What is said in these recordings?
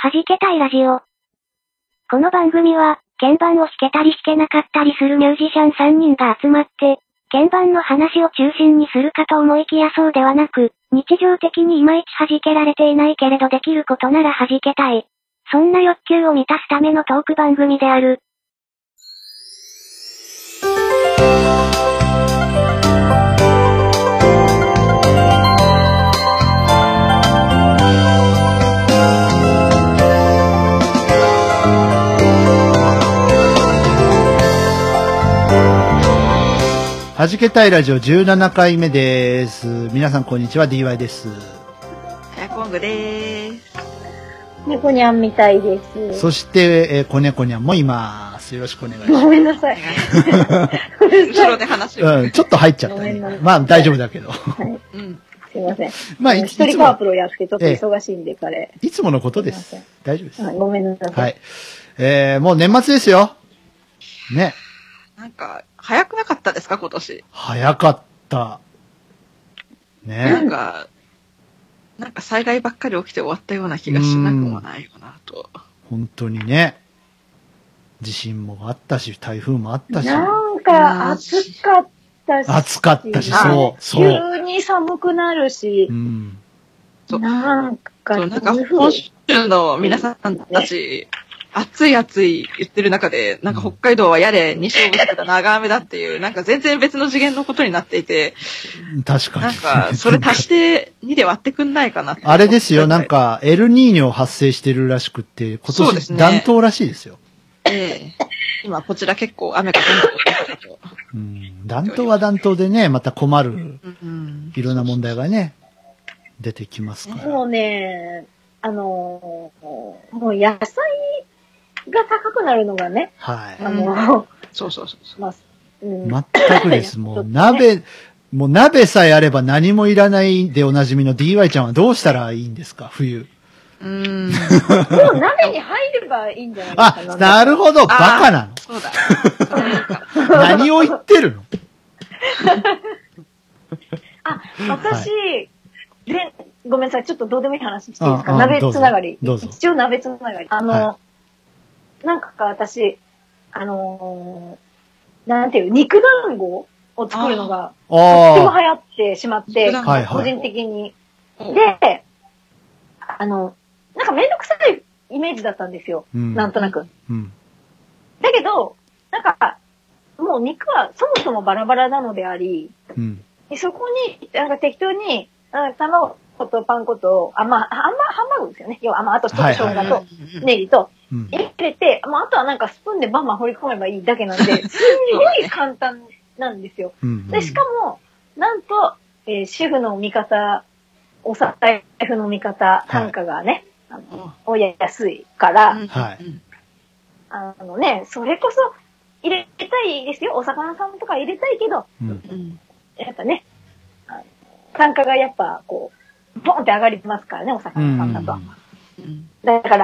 弾けたいラジオ。この番組は、鍵盤を弾けたり弾けなかったりするミュージシャン3人が集まって、鍵盤の話を中心にするかと思いきやそうではなく、日常的にいまいち弾けられていないけれどできることなら弾けたい。そんな欲求を満たすためのトーク番組である。 はじけたいラジオ17回目です。皆さんこんにちは、DY です。 コングです。 猫にゃんみたいです。 そして、子猫にゃんもいます。よろしくお願いします。 ごめんなさい。 後ろで話を。 ちょっと入っちゃったね。まあ大丈夫だけど。 はい。すいません。 まあ一人パワープロやってちょっと忙しいんで、彼。 いつものことです。大丈夫です。 ごめんなさい。 はい。もう年末ですよ。ね。 なんか、早くなかったですか、今年。 早かった。ね。 なんか災害ばっかり起きて終わったような気がしなくもないよなと。 本当にね。地震もあったし、台風もあったし。 なんか暑かったし。 暑かったし、そう。 急に寒くなるし。 なんか今週の皆さんたち、暑い暑い言ってる中で、なんか北海道はやれ、西尾伏だ長雨だっていう、なんか全然別の次元のことになっていて、 確かに。 なんか、それ足して2で割ってくんないかなって。 あれですよ、なんか、エルニーニョ発生してるらしくって、今年暖冬らしいですよ。 今こちら結構雨がどんどん降ってと。 暖冬は暖冬でね、また困る、いろんな問題がね、出てきますから。 もうね、もう野菜が高くなるのがね。 はい。 そう。 全くです。もう鍋さえあれば何もいらないでおなじみの DY ちゃんはどうしたらいいんですか、冬。 でも鍋に入ればいいんじゃないですか。 なるほど、バカなの。 そうだ。 何を言ってるの私、ごめんなさい、ちょっとどうでもいい話していいですか。鍋つながり。一応鍋つながり。なんか私、なんていう、肉団子を作るのが、とっても流行ってしまって、個人的に。で、なんかめんどくさいイメージだったんですよ。なんとなく。だけど、なんか、もう肉はそもそもバラバラなのであり、そこに、なんか適当に、卵とパン粉と、ハンバーグですよね。要は、あとちょっと生姜とネギと入れて、あとはなんかスプーンでバンバン放り込めばいいだけなんで、すんごい簡単なんですよ。で、しかも、なんと、主婦の味方、お財布の味方、単価がね、お安いから、それこそ入れたいですよ。お魚さんとか入れたいけど、やっぱね、単価がやっぱこう、ボンって上がりますからね、お魚さんだと。だから、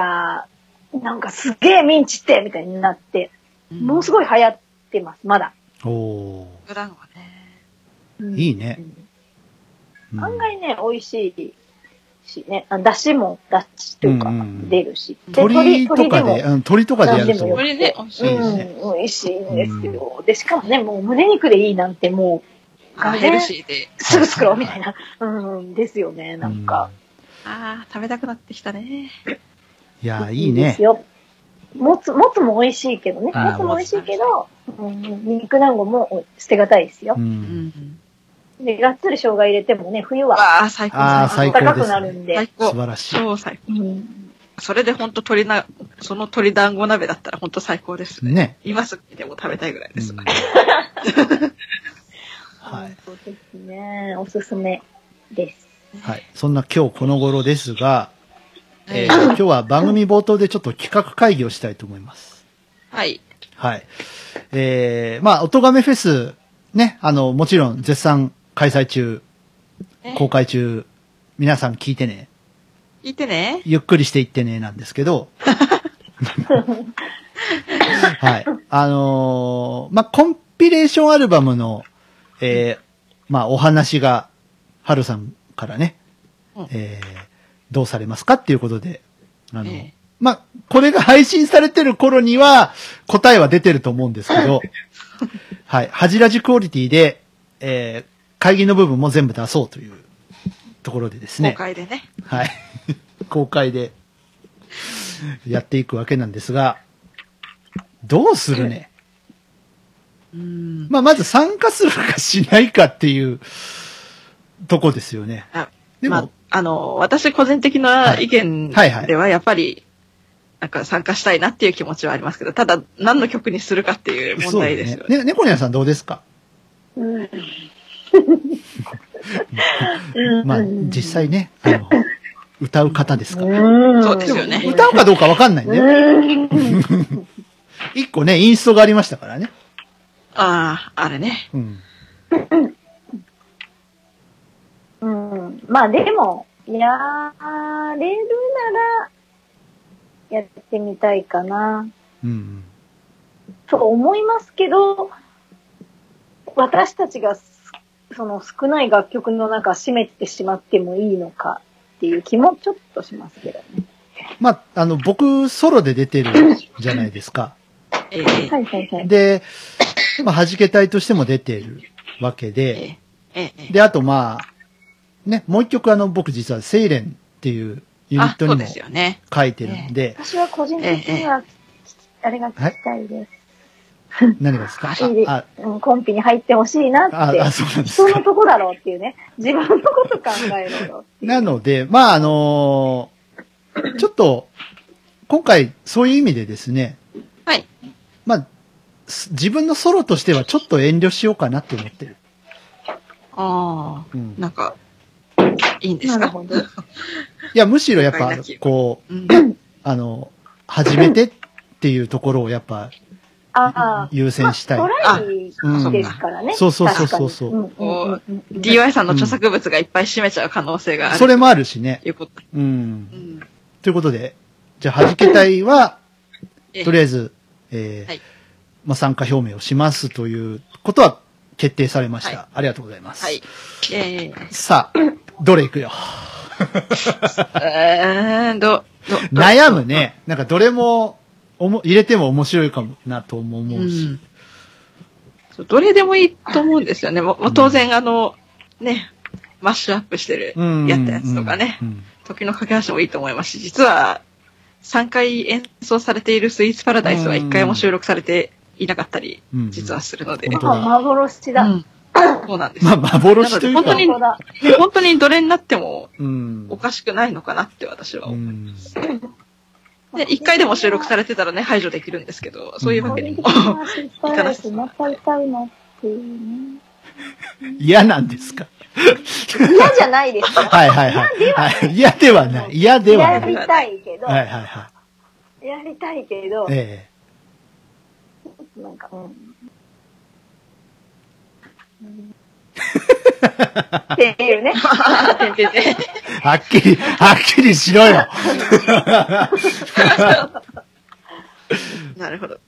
なんかすげえミンチってみたいになって、ものすごい流行ってます、まだ。 普段はね。 いいね。 案外ね、美味しいしね、だしというか出るし。 鶏とかでやると。 鶏ね、美味しいですね。 美味しいんですよ。で、しかもね、もう胸肉でいいなんてもう、 ヘルシーで。 すぐ作ろうみたいな。ですよね、なんか。 食べたくなってきたね。 いや、いいね。 もつも美味しいけどね。もつも美味しいけど、肉団子も捨てがたいですよ。で、がっつり生姜入れてもね、冬は。 最高。 高くなるんで。 最高。 素晴らしい。 超最高。それでほんとその鶏団子鍋だったらほんと最高ですね。 ね。 今すぐでも食べたいぐらいです。 はい。そうですね。おすすめです。 はい。そんな今日この頃ですが、今日は番組冒頭でちょっと企画会議をしたいと思います。 はい。 はい。おとがめフェス、ね、もちろん絶賛開催中、公開中、皆さん聞いてね。 聞いてね。 ゆっくりしていってね、なんですけど。はい。コンピレーションアルバムの、お話が、はるさんからね、どうされますかっていうことで、 まあ、これが配信されてる頃には答えは出てると思うんですけど、はい。恥じらじクオリティで、会議の部分も全部出そうというところでですね。 公開でね。 はい。公開でやっていくわけなんですが、どうするね。まあ、まず参加するかしないかっていうとこですよね。 でも、まあ、私個人的な意見ではやっぱり、なんか参加したいなっていう気持ちはありますけど、ただ何の曲にするかっていう問題ですよね。 猫ニャンさんどうですか？まあ、実際ね、歌う方ですから。 そうですよね。 歌うかどうかわかんないね。一個ね、インストがありましたからね。 ああ、あれね。 まあでも、やれるなら、やってみたいかな。と思いますけど、私たちが、その少ない楽曲の中占めてしまってもいいのかっていう気もちょっとしますけどね。 まあ、僕、ソロで出てるじゃないですか。で、まあ、弾け隊としても出てるわけで、で、あとまあ、ね、もう一曲僕実はセイレンっていうユニットにも書いてるんで。 私は個人的には、あれが聞きたいです。 何がですか？ コンピに入ってほしいなって。人のとこだろうっていうね。自分のこと考えろよ。 なので、まあちょっと、今回そういう意味でですね。 はい。 まあ、自分のソロとしてはちょっと遠慮しようかなって思ってる。 ああ、なんか、いいんですか？なるほど。いや、むしろやっぱ、こう、初めてっていうところをやっぱ、優先したい。 トライですからね。 そう。 DY さんの著作物がいっぱい占めちゃう可能性がある。 それもあるしね。ということで、じゃあ、弾け隊は、とりあえず、まあ、参加表明をしますということは決定されました。ありがとうございます。さあ、どれいくよ。悩むね。なんかどれも入れても面白いかもなと思うし。 どれでもいいと思うんですよね。もう当然ね、マッシュアップしてる、やったやつとかね、時の架け橋もいいと思いますし、実は3回演奏されているスイーツパラダイスは1回も収録されていなかったり、実はするので。 幻だ。 そうなんです。 まあ、幻というか。 本当にどれになってもおかしくないのかなって私は思います。で、1回でも収録されてたらね、排除できるんですけど、そういうわけにもいかなくて。 嫌なんですか？ 嫌じゃないですか？ 嫌ではない。嫌ではない。 やりたいけど。やりたいけど。なんか、っていうね。 はっきりしろよ。 なるほど。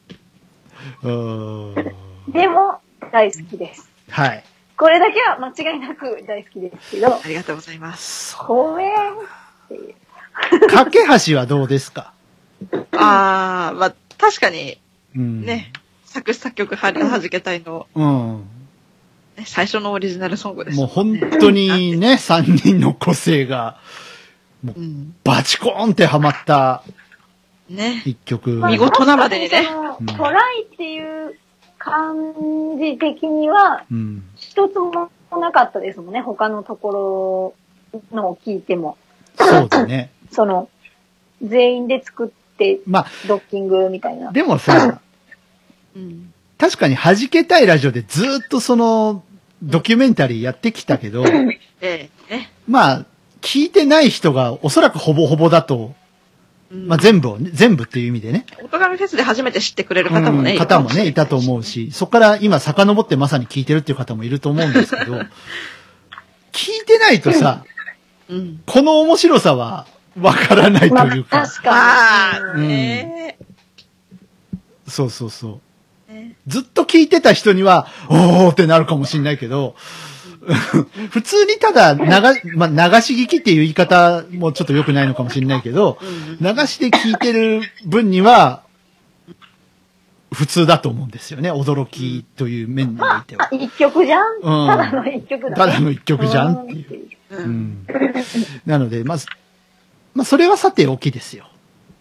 でも、大好きです。 はい。 これだけは間違いなく大好きですけど。 ありがとうございます。 ごめんっていう。 架け橋はどうですか？ まあ、確かに、ね、作詞作曲はじけ隊の、最初のオリジナルソングです、 もう本当にね、3人の個性が、もうバチコーンってハマった一曲。 見事なまでにね。 トライっていう感じ的には、一つもなかったですもんね。他のところのを聞いても。 そうだね。 全員で作って、ドッキングみたいな。 でもさ、確かに弾けたいラジオでずっとドキュメンタリーやってきたけど、まあ、聞いてない人がおそらくほぼほぼだと、まあ全部っていう意味でね。 音楽フェスで初めて知ってくれる方もね、 いたと思うし、そこから今遡ってまさに聞いてるっていう方もいると思うんですけど、聞いてないとさ、この面白さはわからないというか。 確かに。 そう。ずっと聞いてた人には、おーってなるかもしれないけど、 普通にただ流し聞きっていう言い方もちょっと良くないのかもしれないけど、流しで聞いてる分には、普通だと思うんですよね。驚きという面においては。 一曲じゃん、ただの一曲だね。 ただの一曲じゃんっていう。なので、まあ、それはさておきですよ。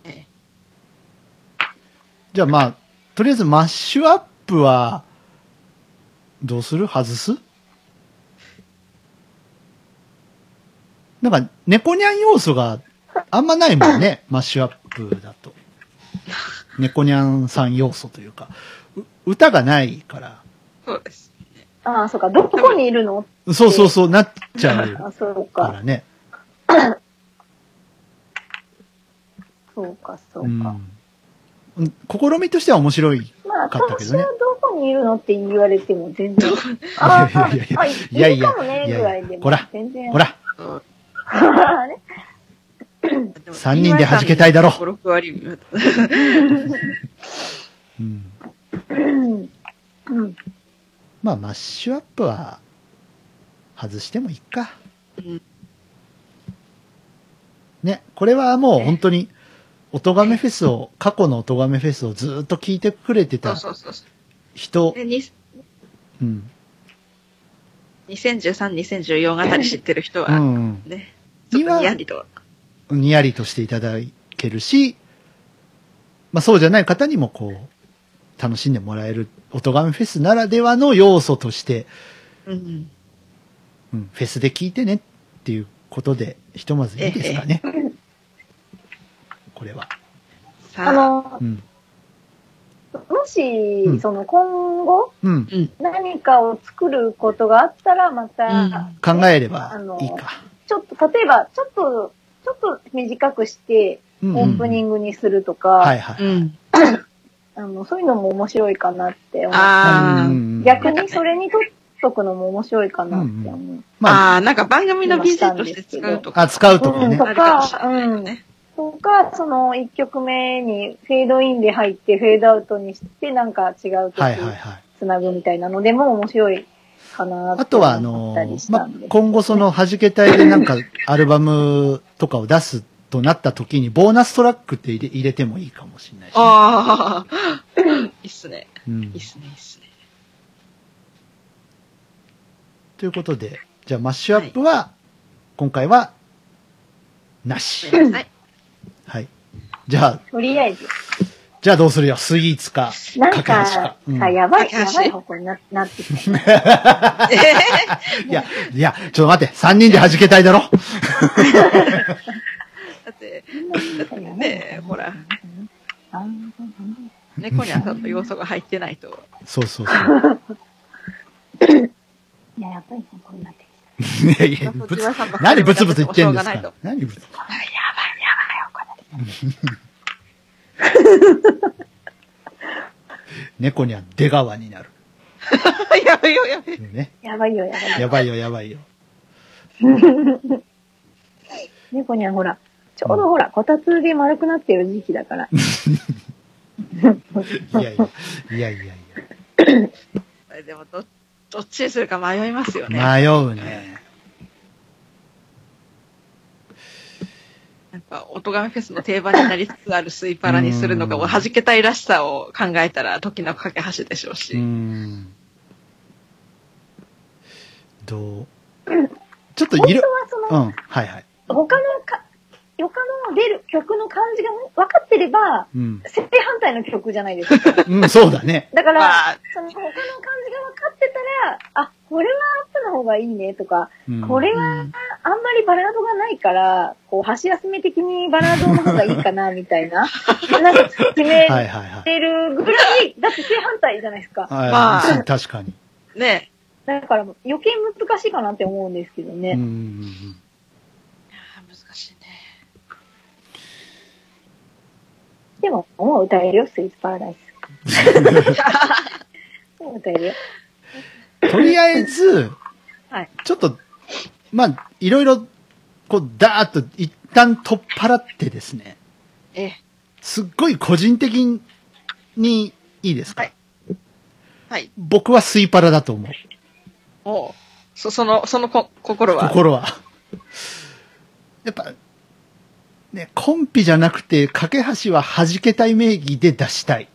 じゃあとりあえずマッシュアップは、どうする？外す？なんか、猫ニャン要素があんまないもんね。マッシュアップだと。猫ニャンさん要素というか、歌がないから。 そうです。 ああ、そうか。どこにいるの？ そう、なっちゃうからね。 そうか。 試みとしては面白いかったけどね。 私はどこにいるのって言われても全然。 いやいや、ほら。3人で弾けたいだろ。6割。まあ、マッシュアップは、外してもいいか。ね、これはもう本当に、音亀フェスを、過去の音亀フェスをずっと聞いてくれてた人。 うん。2013、2014あたり知ってる人は、ね、ちょっとニヤリと。 ニヤリとしていただけるし、まあそうじゃない方にもこう、楽しんでもらえる、音亀フェスならではの要素として、フェスで聞いてねっていうことで、ひとまずいいですかね。これは。 もし、今後、何かを作ることがあったら、また、 考えればいいか。 ちょっと、例えば、ちょっと短くして、オープニングにするとか、そういうのも面白いかなって思って、逆にそれにとっとくのも面白いかなって思う。 なんか番組の BG として使うとか。 使うとかね。 とか、その1曲目にフェードインで入ってフェードアウトにしてなんか違う曲つなぐみたいなのでも面白いかなって思ったりしたんで。 今後その弾け隊でなんかアルバムとかを出すとなった時にボーナストラックって入れてもいいかもしれないし、ね。 ああ、いいっすね。いいっすね。 ということで、じゃあマッシュアップは、今回は、なし。はい。じゃあ、 とりあえず。 じゃあどうするよ、スイーツか、 なんか、やばい方向になってきた。 いや、ちょっと待って、3人で弾けたいだろ。だって、ねほら。猫にはちょっと要素が入ってないと。 そう。 いや、やっぱりこうなってきた。 いや、何ブツブツ言ってんですか。何ブツブツ。 やばい、 猫には出川になる。 やばいよ。 ね。 やばいよ。猫にはほら、ちょうどほら、こたつで丸くなってる時期だから。 いや。 でもどっちにするか迷いますよね。 迷うね。 なんか、音亀フェスの定番になりつつあるスイパラにするのが、弾けたいらしさを考えたら、時の架け橋でしょうし。 ちょっといる。はい。 他の出る曲の感じが分かってれば、正反対の曲じゃないですか。 そうだね。 だから、その他の感じが分かってたら、これはアップの方がいいねとか、これはあんまりバラードがないから、箸休め的にバラードの方がいいかな、みたいな。なんか決めてるぐらい、だって正反対じゃないですか。 確かに。 ね。 だから余計難しいかなって思うんですけどね。 難しいね。 でも、もう歌えるよ、スイーツパラダイス。もう歌えるよ。 とりあえず、ちょっと、いろいろ、ダーッと一旦取っ払ってですね。すっごい個人的にいいですか？はい。僕はスイパラだと思う。 その心は。 心は。やっぱ、ね、コンピじゃなくて、架け橋は弾けたい名義で出したい。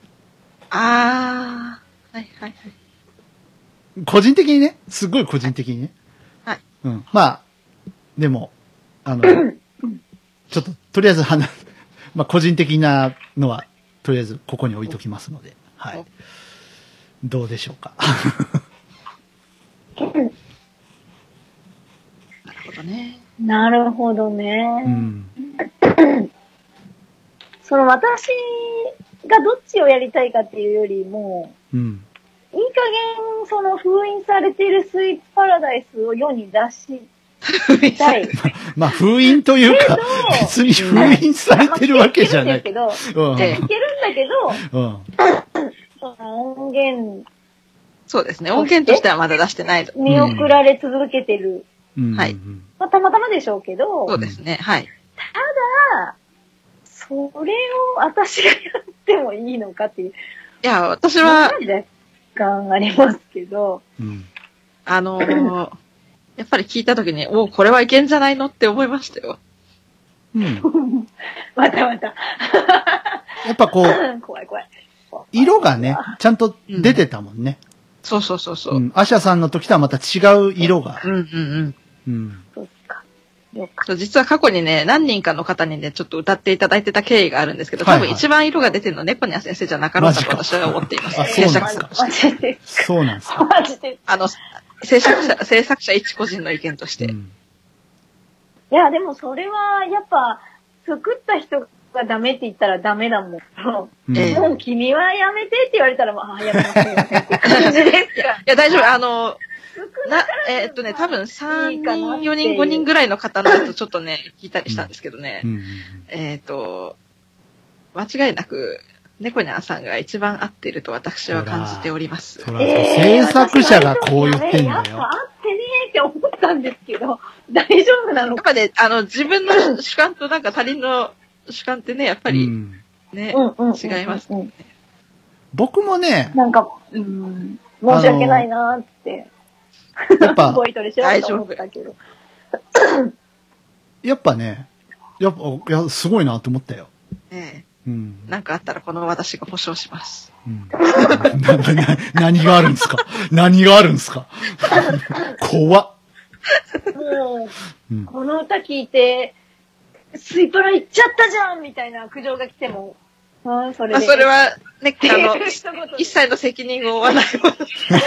はいはいはい。 個人的にね、すごい個人的にね。 はい。 うん。まあ、でも、ちょっと、とりあえずまあ、個人的なのは、とりあえずここに置いときますので、はい。どうでしょうか。 なるほどね。 なるほどね。 うん。 その私がどっちをやりたいかっていうよりも、 うん。 いい加減、その封印されているスイーツパラダイスを世に出したい。 まあ、封印というか、別に封印されてるわけじゃない。 いけるんだけど、その音源。 そうですね。音源としてはまだ出してない。 見送られ続けてる。 はい。 まあ、たまたまでしょうけど。 そうですね。はい。 ただ、それを私がやってもいいのかっていう。いや、私は。 若干ありますけど。 やっぱり聞いたときに、これはいけんじゃないのって思いましたよ。 うん。 また。やっぱこう、 怖い。 色がね、ちゃんと出てたもんね。 そう。 アシャさんの時とはまた違う色が。 そうか。 実は過去にね、何人かの方にね、ちょっと歌っていただいてた経緯があるんですけど、多分一番色が出てるの猫ニャ先生じゃなかろうかと私は思っています。 そうなんですか。 マジで。 制作者一個人の意見として。いや、でもそれは、やっぱ、作った人がダメって言ったらダメだもん。もう君はやめてって言われたら、やめますよって感じですか。 いや、大丈夫。多分3人、4人、5人ぐらいの方のやつちょっとね、聞いたりしたんですけどね。間違いなく、猫ニャンさんが一番合っていると私は感じております。 制作者がこう言ってんだよ。 やっぱ合ってねえって思ったんですけど、大丈夫なのか。 やっぱね、自分の主観となんか他人の主観ってね、やっぱり、ね、違いますね。 僕もね、 なんか、申し訳ないなーって。 やっぱ、 ボイトレしようと思ったけど。 やっぱね、すごいなと思ったよ。 なんかあったらこの私が保証します。 何があるんですか怖っ。 もう、この歌聞いて、スイパラ行っちゃったじゃんみたいな苦情が来ても、それで。 それは、ね、一切の責任を負わないもの。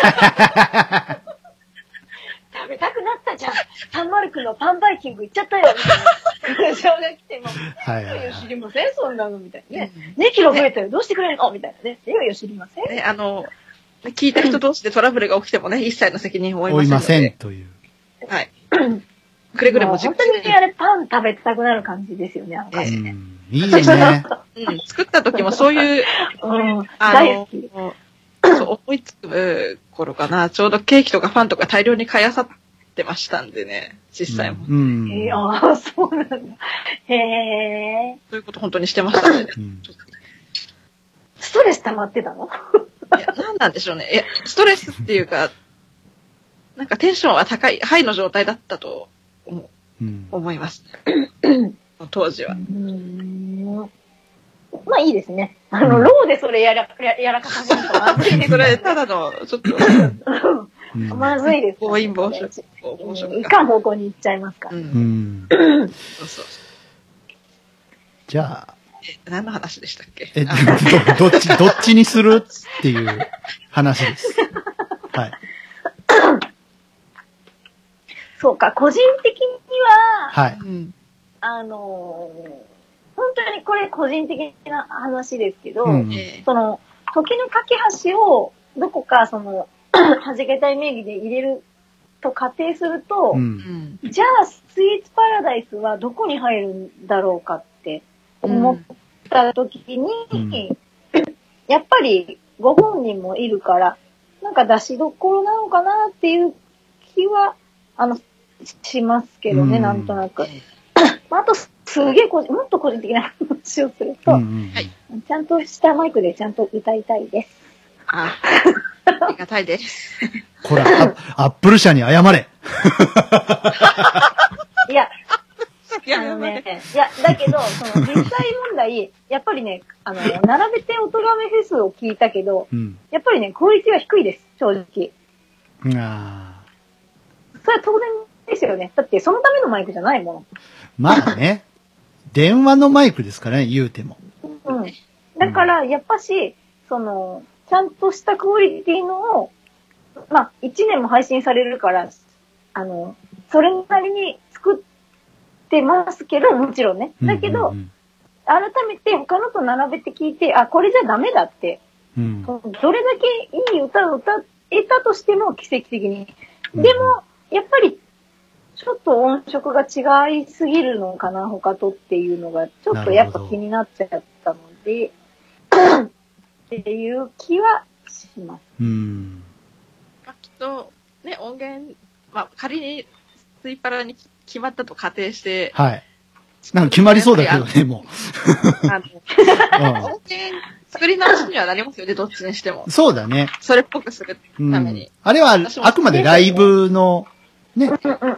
食べたくなったじゃん。サンマルクのパンバイキング行っちゃったよみたいな苦情が来ても。いや、知りませんそんなのみたいなね。2キロ増えたよ。どうしてくれるのみたいなね。いや、知りません。 ね、聞いた人同士でトラブルが起きてもね、一切の責任を負いませんという。はい。くれぐれも本当にあれパン食べたくなる感じですよね、 いいね。 作った時もそういう、 大好き。 思いつく頃かな、ちょうどケーキとかパンとか大量に買い漁ってましたんでね、実際も。 そうなんだ。 そういうこと本当にしてましたね。 ストレス溜まってたの？ いや、なんなんでしょうね。ストレスっていうか、なんかテンションは高い、ハイの状態だったと思います。当時は。 まあいいですね。ローでそれやらかさせるとまずいです。 それ、ただの、ちょっと。 まずいです。 暴飲暴食。 いかん方向に行っちゃいますから。 そう。 じゃあ。 何の話でしたっけ？ どっちにするっていう話です。はい。 そうか、個人的には、 はい。 本当にこれ個人的な話ですけど、その、時の架け橋をどこかその、弾けたい名義で入れると仮定すると、じゃあスイーツパラダイスはどこに入るんだろうかって思った時に、やっぱりご本人もいるから、なんか出しどころなのかなっていう気は、しますけどね、なんとなく。あと、すげえもっと個人的な話をすると、ちゃんとしたマイクでちゃんと歌いたいです。 ありがたいです。 これ、アップル社に謝れ。 いや、だけど、その実際問題、やっぱりね、並べて音亀フェスを聞いたけど、やっぱりね、クオリティは低いです、正直。それは当然ですよね。だって、そのためのマイクじゃないもの。 まあね。電話のマイクですからね、言うても。 だから、やっぱし、ちゃんとしたクオリティのを、まあ、1年も配信されるから、それなりに作ってますけど、もちろんね。だけど、改めて他のと並べて聞いて、これじゃダメだって。どれだけいい歌を歌えたとしても、奇跡的に。でも、やっぱり、ちょっと音色が違いすぎるのかな、他とっていうのが、ちょっとやっぱ気になっちゃったので、っていう気はします。 きっと、ね、音源、仮にスイパラに決まったと仮定して、 はい。なんか決まりそうだけどね、もう。 音源作り直しにはなりますよね、どっちにしても。 そうだね。 それっぽくするために。 あれは、あくまでライブの、ね。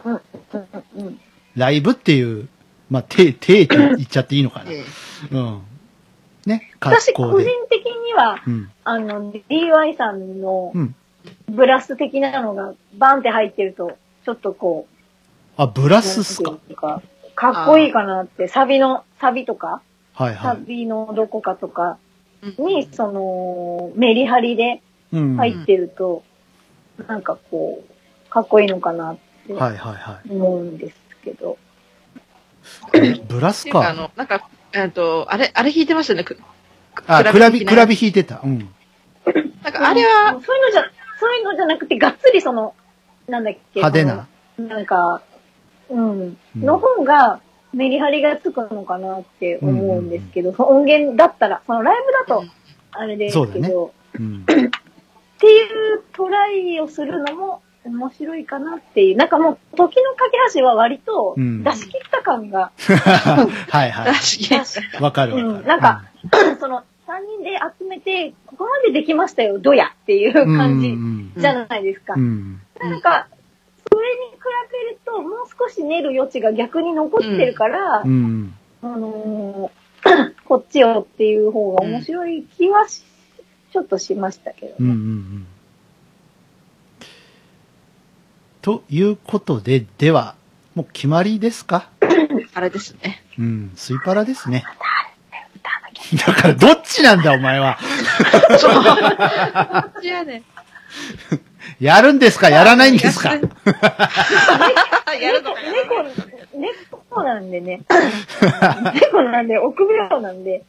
ライブっていう、って言っちゃっていいのかな。ね。 私、個人的には、DY さんの、ブラス的なのが、バンって入ってると、ちょっとこう。ブラスっすか。 かっこいいかなって、サビとか、 はいはい。 サビのどこかとかに、メリハリで入ってると、なんかこう、かっこいいのかなって思うんですけど。 ブラスか。 なんか、あれ弾いてましたね。 クラビ弾いてた。 なんかあれは、 そういうのじゃなくて、がっつりなんだっけ。 派手な。 なんか、の方がメリハリがつくのかなって思うんですけど、音源だったら、ライブだと、あれですけど、っていうトライをするのも面白いかなっていう。なんかもう、時の架け橋は割と出し切った感が。 はいはい。 出し切った。 わかる。 なんか、3人で集めて、ここまでできましたよ、どやっていう感じじゃないですか。なんか、それに比べると、もう少し練る余地が逆に残ってるから、こっちよっていう方が面白い気はちょっとしましたけどね。 ということで、では、もう決まりですか？ あれですね。 スイパラですね。だから、どっちなんだ、お前は。 どっちやねん。 やるんですか？やらないんですか？ やるのか猫なんでね。猫なんで、臆病なんで。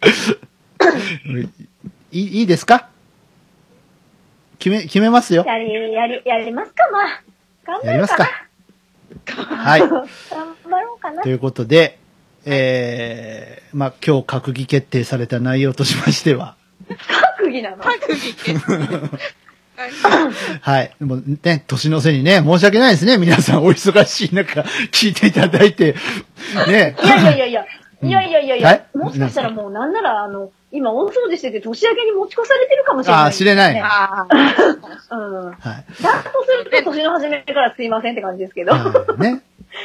いいですか？決めますよ。 やりますか、まあ。頑張るかな。 やりますか。はい。 頑張ろうかな。 ということで、今日閣議決定された内容としましては。 閣議なの？ 閣議決定。 はい。でもね、年の瀬にね、申し訳ないですね。皆さんお忙しい中、聞いていただいて。ね。 いや、もしかしたらもうなんなら、今大掃除してて年明けに持ち越されてるかもしれない、ね。 知れない。はい。 だとすると年の初めからすいませんって感じですけど。 ね。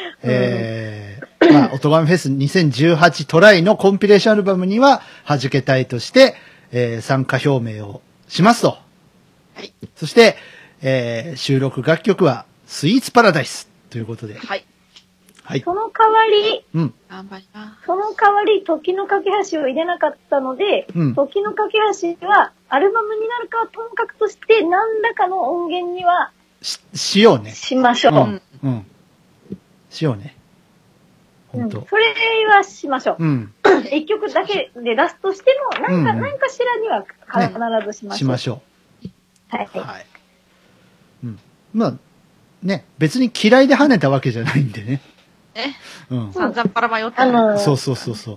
おとがめフェス2018トライのコンピレーションアルバムには、弾け隊として、参加表明をしますと。 はい。 そして、収録楽曲は、スイーツパラダイスということで。 はい。 はい。 その代わり、 頑張ります。 その代わり、時の架け橋を入れなかったので、時の架け橋は、アルバムになるかはともかくとして、何らかの音源には、 しようね。 しましょう。 しようね。本当。 それはしましょう。一曲だけで出すとしても、何かしらには必ずしましょう。 しましょう。 はい。 まあ、ね、別に嫌いで跳ねたわけじゃないんでね。 散々パラ迷ったね。 そう。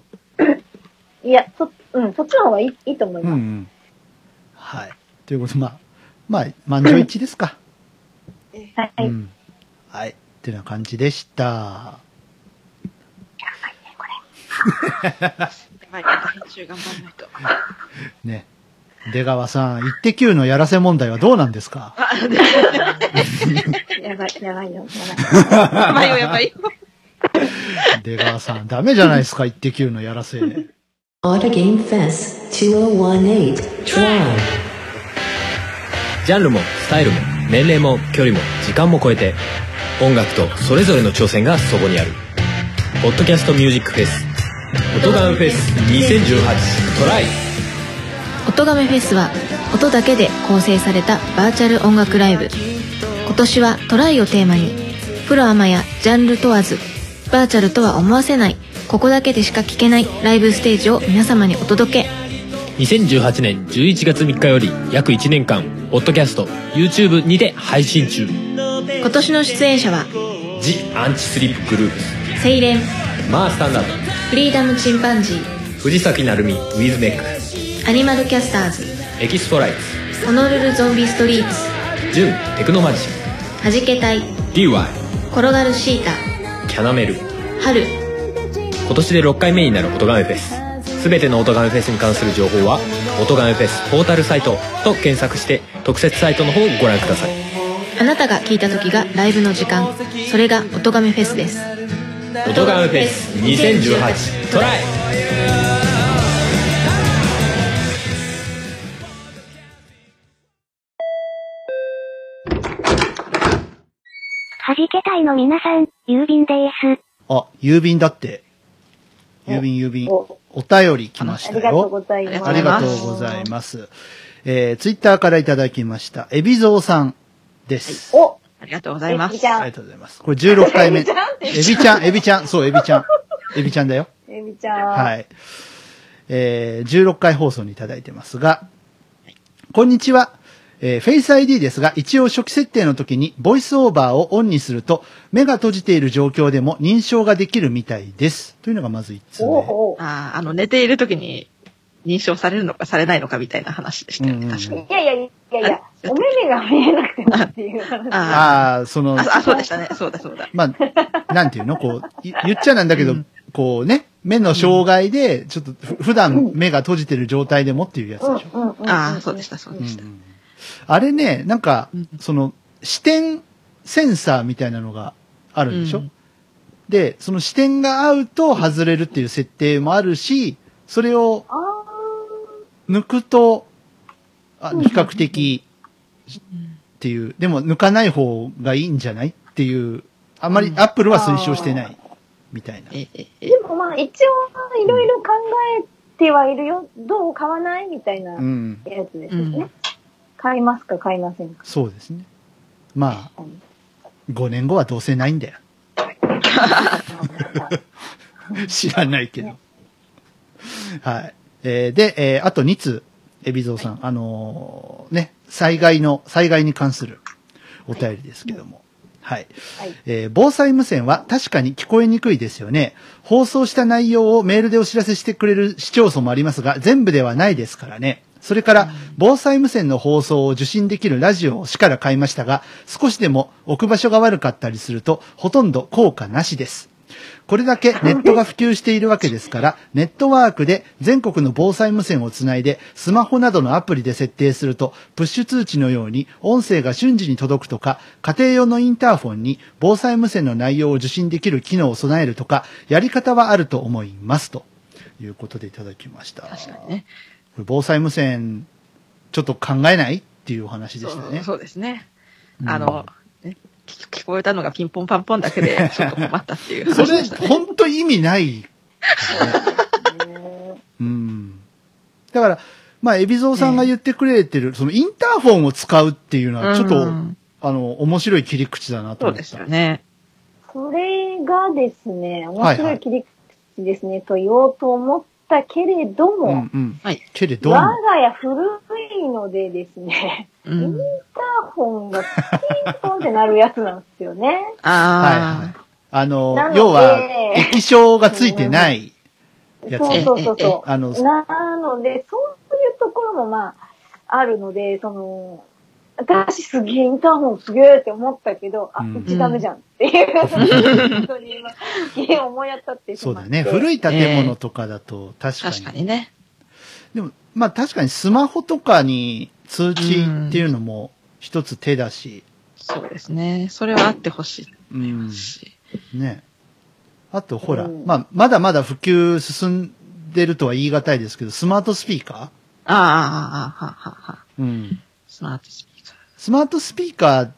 いや、そっちの方がいいと思います。 はい。ということで、満場一致ですか。 はい。 はい。ってな感じでした。 やばいね、これ。 やばい、編集頑張らないと。 ね。 出川さん、イッテ Q のやらせ問題はどうなんですか？ やばいよ、やばい。やばいよ、やばいよ。 出川さん、ダメじゃないですか、イッテ Q のやらせ。 Auto Game Fest 2018 Try。 ジャンルもスタイルも年齢も距離も時間も超えて、音楽とそれぞれの挑戦がそこにある。ポッドキャストミュージックフェス、音ガメフェス2018トライ。 音ガメフェスは音だけで構成されたバーチャル音楽ライブ。今年はトライをテーマに、プロアマやジャンル問わず、バーチャルとは思わせない、ここだけでしか聴けないライブステージを皆様にお届け。 2018年11月3日より約1年間ポッドキャスト YouTube にて配信中。 今年の出演者はジ・アンチスリップグループス、 セイレン、 マースタンダード、 フリーダムチンパンジー、 藤崎鳴海ウィズネック、 アニマルキャスターズ、 エキストライツ、 ホノルルゾンビストリーツ、 ジュンテクノマジシはじけたい、 ン、DY、 転がるシータ、 キャナメル。 春。 今年で6回目になる音ガメフェス。すべての音ガメフェスに関する情報は音ガメフェスポータルサイトと検索して特設サイトの方をご覧ください。 あなたが聴いた時がライブの時間、それが音ガメフェスです。 音ガメフェス2018トライ。 はじけたいの皆さん、郵便です。 あ、郵便だって。郵便。お便り来ましたよ。 ありがとうございます。 ありがとうございます。ツイッターからいただきました。エビゾーさんです。 お、ありがとうございます。 ありがとうございます。これ16回目。エビちゃん。そう、エビちゃん。エビちゃんだよ。 エビちゃん。 はい。16回放送にいただいてますが、こんにちは。フェイス ID ですが、一応初期設定の時にボイスオーバーをオンにすると、目が閉じている状況でも認証ができるみたいです。というのがまず1つ目。 寝ている時に認証されるのかされないのかみたいな話でしたよね、確かに。 いや、お目目が見えなくてもっていう話。 そうでしたね。そうだ。 まあ、なんていうのこう、言っちゃなんだけど、こうね、目の障害で、ちょっと普段目が閉じてる状態でもっていうやつでしょ。 そうでした。 あれね、なんか、視点センサーみたいなのがあるんでしょ、で、その視点が合うと外れるっていう設定もあるし、それを抜くと、比較的っていう、でも抜かない方がいいんじゃないっていう、あまりアップルは推奨してないみたいな。 でもまあ一応いろいろ考えてはいるよ。どう買わないみたいなやつですね。買いますか買いませんか。 そうですね。まあ、5年後はどうせないんだよ。知らないけど。はい。で、あと2通、海老蔵さん。災害に関するお便りですけども。はい。防災無線は確かに聞こえにくいですよね。放送した内容をメールでお知らせしてくれる市町村もありますが、全部ではないですからね。それから、防災無線の放送を受信できるラジオを市から買いましたが、少しでも置く場所が悪かったりすると、ほとんど効果なしです。これだけネットが普及しているわけですから、ネットワークで全国の防災無線をつないで、スマホなどのアプリで設定すると、プッシュ通知のように音声が瞬時に届くとか、家庭用のインターフォンに防災無線の内容を受信できる機能を備えるとか、やり方はあると思います。ということでいただきました。 確かにね。 防災無線、ちょっと考えないっていうお話でしたね。 そうですね。聞こえたのがピンポンパンポンだけで、ちょっと困ったっていう話でしたね。 それ、本当意味ない、だから、まあ、海老蔵さんが言ってくれてる、そのインターフォンを使うっていうのは、ちょっと、面白い切り口だなと思った。 そうですよね。 それがですね、面白い切り口ですね、と言おうと思ったけれども、我が家古いのでですね、インターフォンがピンポンってなるやつなんですよね。 要は、液晶がついてないやつ。 そう。なので、そういうところもまあ、あるので、私すげえ、インターフォンすげえって思ったけど、うちダメじゃんっていう、本当に今、すげえ思い当たってしまって。 そうだね。古い建物とかだと確かに。 確かにね。 でも、まあ確かにスマホとかに通知っていうのも一つ手だし。 そうですね。それはあってほしい。 ね。あとほら、まあ、まだまだ普及進んでるとは言い難いですけど、スマートスピーカーうん。 スマートスピーカー。 スマートスピーカーって、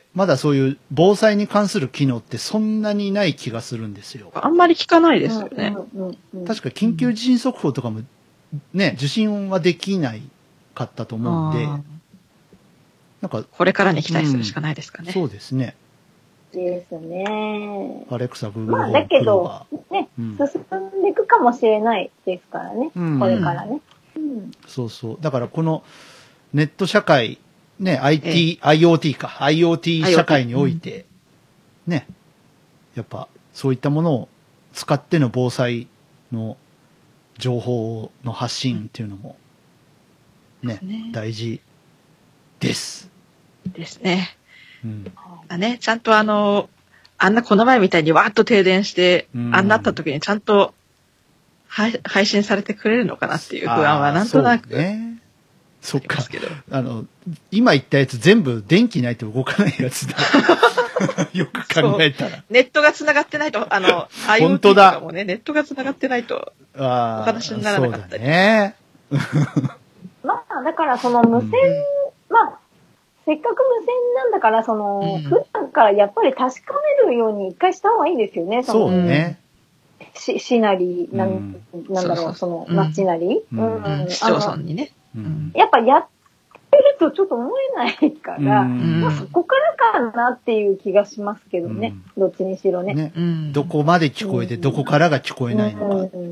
まだそういう防災に関する機能ってそんなにない気がするんですよ。 あんまり聞かないですよね。 確か緊急地震速報とかもね、受信はできないかったと思うんで、なんか、 これからに期待するしかないですかね。 そうですね。 ですね。 アレクサ、グーグル。 まあ、だけど、ね、進んでいくかもしれないですからね。これからね。 そうそう。だからこのネット社会、ね、IoT か、IoT 社会において、ね、やっぱそういったものを使っての防災の情報の発信っていうのも、ね、大事です。 ですね。ね、ちゃんとあんなこの前みたいにわーっと停電して、あんなった時にちゃんと配信されてくれるのかなっていう不安はなんとなく。 そうね。そっか。今言ったやつ全部電気ないと動かないやつだ。よく考えたら。 ネットが繋がってないと、IoT とかもね、ネットが繋がってないと、お話にならなかったり。 ね。 まあ、だからその無線、まあ、せっかく無線なんだから、普段からやっぱり確かめるように一回した方がいいですよね。 そうね。 市なり、なんだろう、町なり。 市町村にね。 やっぱやってるとちょっと思えないから、まあそこからかなっていう気がしますけどね。どっちにしろね。 どこまで聞こえて、どこからが聞こえないのか。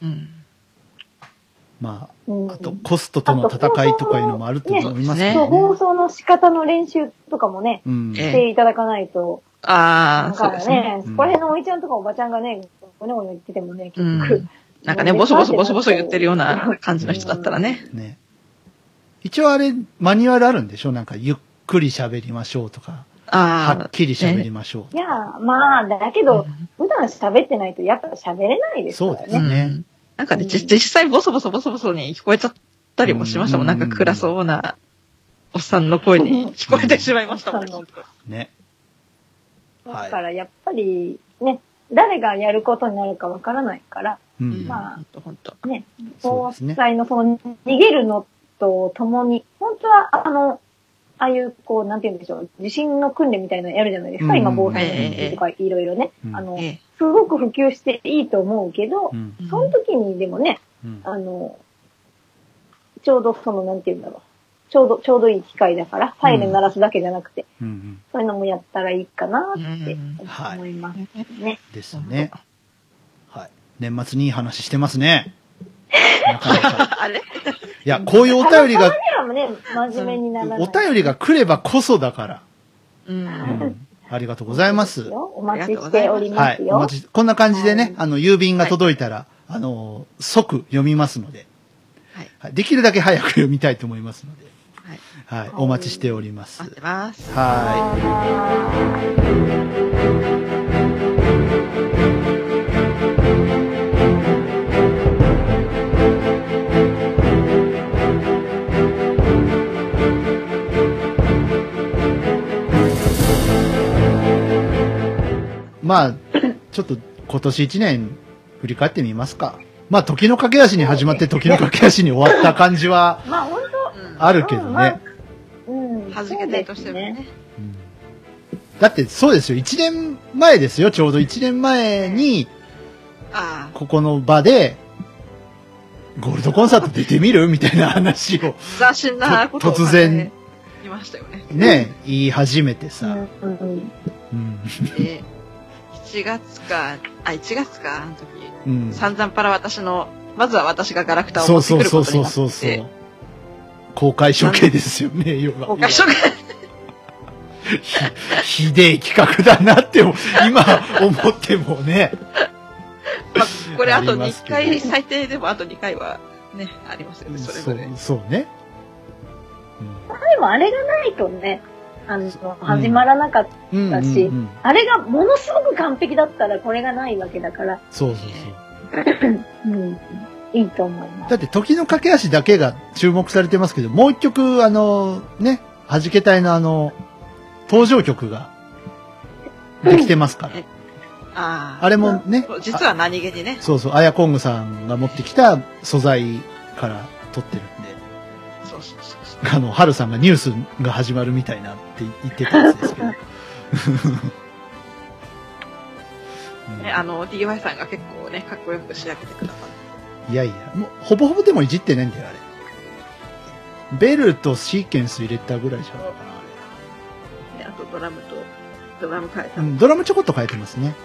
まあ、あとコストとの戦いとかいうのもあると思いますね。 放送の仕方の練習とかもね、していただかないと。 そうですね。 そこら辺のおいちゃんとかおばちゃんがね、ごねごね言っててもね、結局。 なんかね、ボソボソ言ってるような感じの人だったらね。 一応あれ、マニュアルあるんでしょ？なんか、ゆっくり喋りましょうとか、はっきり喋りましょう。 いや、まあ、だけど、普段喋ってないとやっぱ喋れないですからね。 そうですね。 なんかね、実際ボソボソに聞こえちゃったりもしましたもん。なんか暗そうなおっさんの声に聞こえてしまいましたもん。 ね。 だからやっぱりね、誰がやることになるかわからないから、まあ、ね、防災のその逃げるのとともに、本当はああいうこう、なんて言うんでしょう、地震の訓練みたいなのやるじゃないですか、今防災とかいろいろね。すごく普及していいと思うけど、その時にでもね、ちょうどその、なんて言うんだろう。ちょうどいい機会だから、サイレン鳴らすだけじゃなくて、そういうのもやったらいいかなって思いますね。 ですね。はい。年末にいい話してますね。 あれ？ いや、こういうお便りが、 お便りが来ればこそだから。ありがとうございます。 お待ちしておりますよ。 こんな感じでね、郵便が届いたら、即読みますので、できるだけ早く読みたいと思いますので、はい、お待ちしております。 待ってます。 まあ、ちょっと今年1年振り返ってみますか。まあ、時の駆け足に始まって時の駆け足に終わった感じは、 まあ本当あるけどね。 はじけたいとしてもね。 だってそうですよ、1年前ですよ、ちょうど1年前に、ここの場で、ゴールドコンサート出てみるみたいな話を、 斬新なことを突然、 言いましたよね。 ね、言い始めてさ。 1月か、あの時。散々パラまずは私がガラクタを持ってくることになって。そう。 公開処刑ですよね、要は。 公開処刑ひでえ企画だなって今思ってもね。 まあ、これあと2回、最低でもあと2回はね、ありますよね、それぞれ。 そうね。 でもあれがないとね、始まらなかったし、あれがものすごく完璧だったらこれがないわけだから。 そう。 いいと思います。 だって時の駆け足だけが注目されてますけど、もう一曲ね、弾け隊の登場曲ができてますから。あれもね。 実は何気にね。 そうそう、アヤコングさんが持ってきた素材から撮ってるんで。 そうそうそう。 ハルさんがニュースが始まるみたいなって言ってたやつですけど。 DY さんが結構ね、かっこよく仕上げてくださる。いやいや、もう、ほぼほぼでもいじってないんだよ、あれ。ベルとシーケンス入れたぐらいじゃないかな、 あれ。あとドラム変えた。 ドラムちょこっと変えてますね。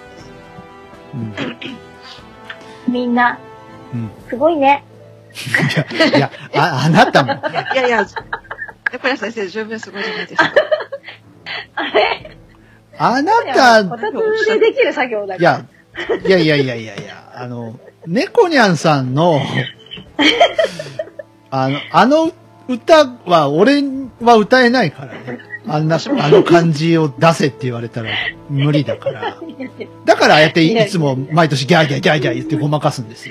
みんな、すごいね。 いや、あなたも。 いやいや、小安先生十分すごいじゃないですか。 あれあなた、 こたつでできる作業だから。 いや、猫ニャンさんの、歌は、俺は歌えないからね。あの感じを出せって言われたら無理だから。だからああやっていつも毎年ギャーギャーギャーギャー言ってごまかすんですよ。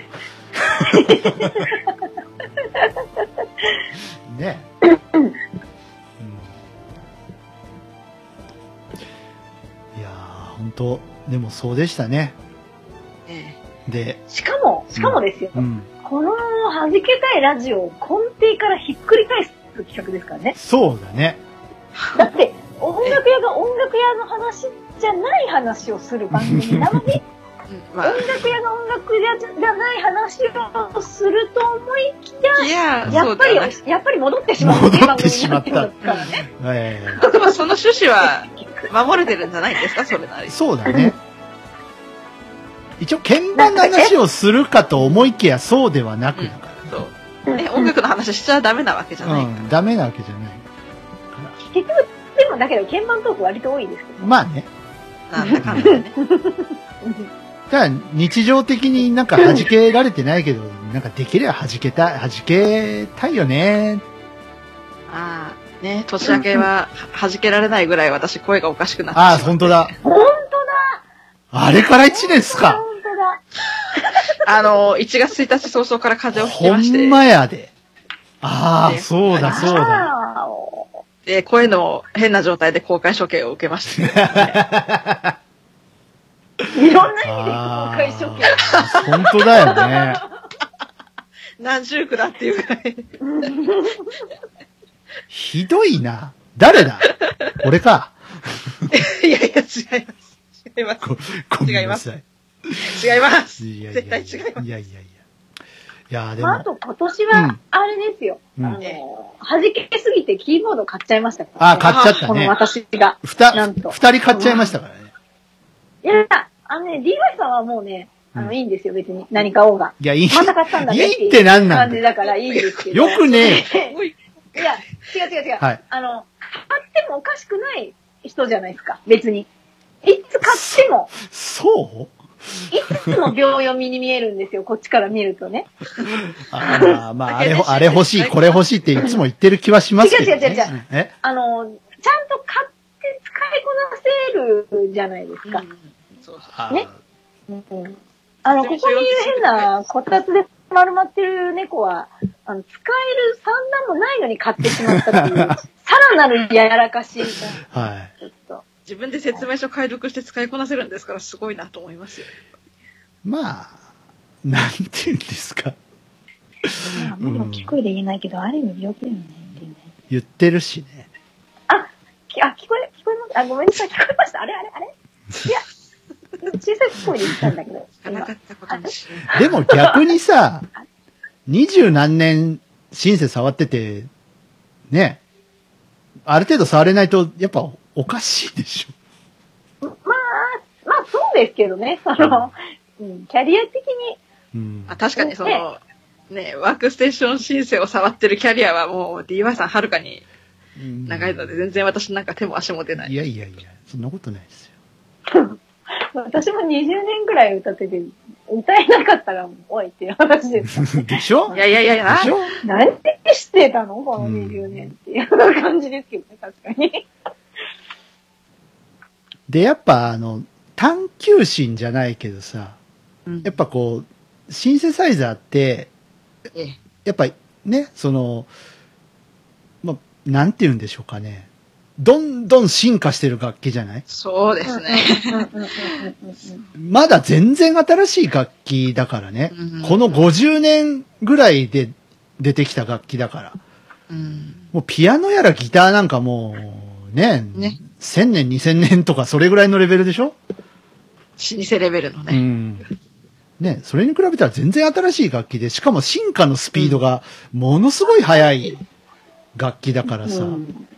ねえ。いやー、本当でもそうでしたね。で、 しかもですよ。この弾けたいラジオを根底からひっくり返す企画ですからね。 そうだね。 だって、音楽屋が音楽屋の話じゃない話をする番組なのに、音楽屋が音楽屋じゃない話をすると思いきや、やっぱり戻ってしまうっていう番組になってますからね。 でもその趣旨は守れてるんじゃないですか、それなり。 そうだね。一応、鍵盤の話をするかと思いきや、そうではなくだから。 そう。音楽の話しちゃダメなわけじゃないから。 ダメなわけじゃない。 結局、でもだけど、鍵盤トーク割と多いですけど。 まあね。 なんだかんだね。 ただ、日常的になんか弾けられてないけど、なんかできれば弾けたいよね。 ああ、ね、年明けは弾けられないぐらい私声がおかしくなってああ、本当だ。 本当だ。 あれから1年っすか。 本当だ。 1月1日早々から風邪をひきまして。 ほんまやで。ああ、そうだ。 で、声の変な状態で公開処刑を受けました。 いろんな意味で公開処刑。 本当だよね。 何十句だっていうぐらい。 ひどいな。誰だ俺か。 いやいや、違います。違います。 ごめんなさい。 違います。絶対違います。 いや、でも。 あと今年は、あれですよ。弾けすぎてキーボード買っちゃいましたから。 あ、買っちゃったね。 この私が。 二人買っちゃいましたからね。 いや、DY さんはもうね、いいんですよ、別に。何買おうが。 いや、いい。 また買ったんだね。 いいってなんなん感じだからいいんですけど。 よくね。 いや、違う。 はい。 買ってもおかしくない人じゃないですか、別に。いつ買っても。 そういつも秒読みに見えるんですよ、こっちから見るとね。 まあ、あれ欲しい、これ欲しいっていつも言ってる気はしますけど、ね。 違う。ちゃんと買って使いこなせるじゃないですか。ね。ここにいる変なこたつで丸まってる猫は、使える算段もないのに買ってしまったっていう、さらなるやらかし。 はい。 ちょっと自分で説明書解読して使いこなせるんですからすごいなと思いますよ。 まあ、なんて言うんですか。 もう聞こえで言えないけど、ある意味病気だよねっていうね。 言ってるしね。 聞こえました。ごめんなさい、聞こえました。あれいや、小さい声で言ったんだけど。 でも逆にさ、20何年シンセ触ってて、ね、ある程度触れないと、やっぱおかしいでしょ。 まあそうですけどね。キャリア的に。 確かにワークステーションシンセを触ってるキャリアはもう DY さんはるかに長いので、全然私なんか手も足も出ない。 いや、そんなことないですよ。私も20年くらい歌ってて、歌えなかったら、おいっていう話です。 でしょいや。 でしょ何で知ってたのこの20年っていう感じですけどね、確かに。 で、やっぱ探求心じゃないけどさ、やっぱこう、シンセサイザーって、 やっぱりね、なんて言うんでしょうかね。どんどん進化してる楽器じゃない？ そうですね。 まだ全然新しい楽器だからね。この50年ぐらいで出てきた楽器だから。もうピアノやらギターなんかもうね、1000年2000年とかそれぐらいのレベルでしょ？ 老舗レベルのね。 ね、それに比べたら全然新しい楽器で、しかも進化のスピードがものすごい速い楽器だからさ。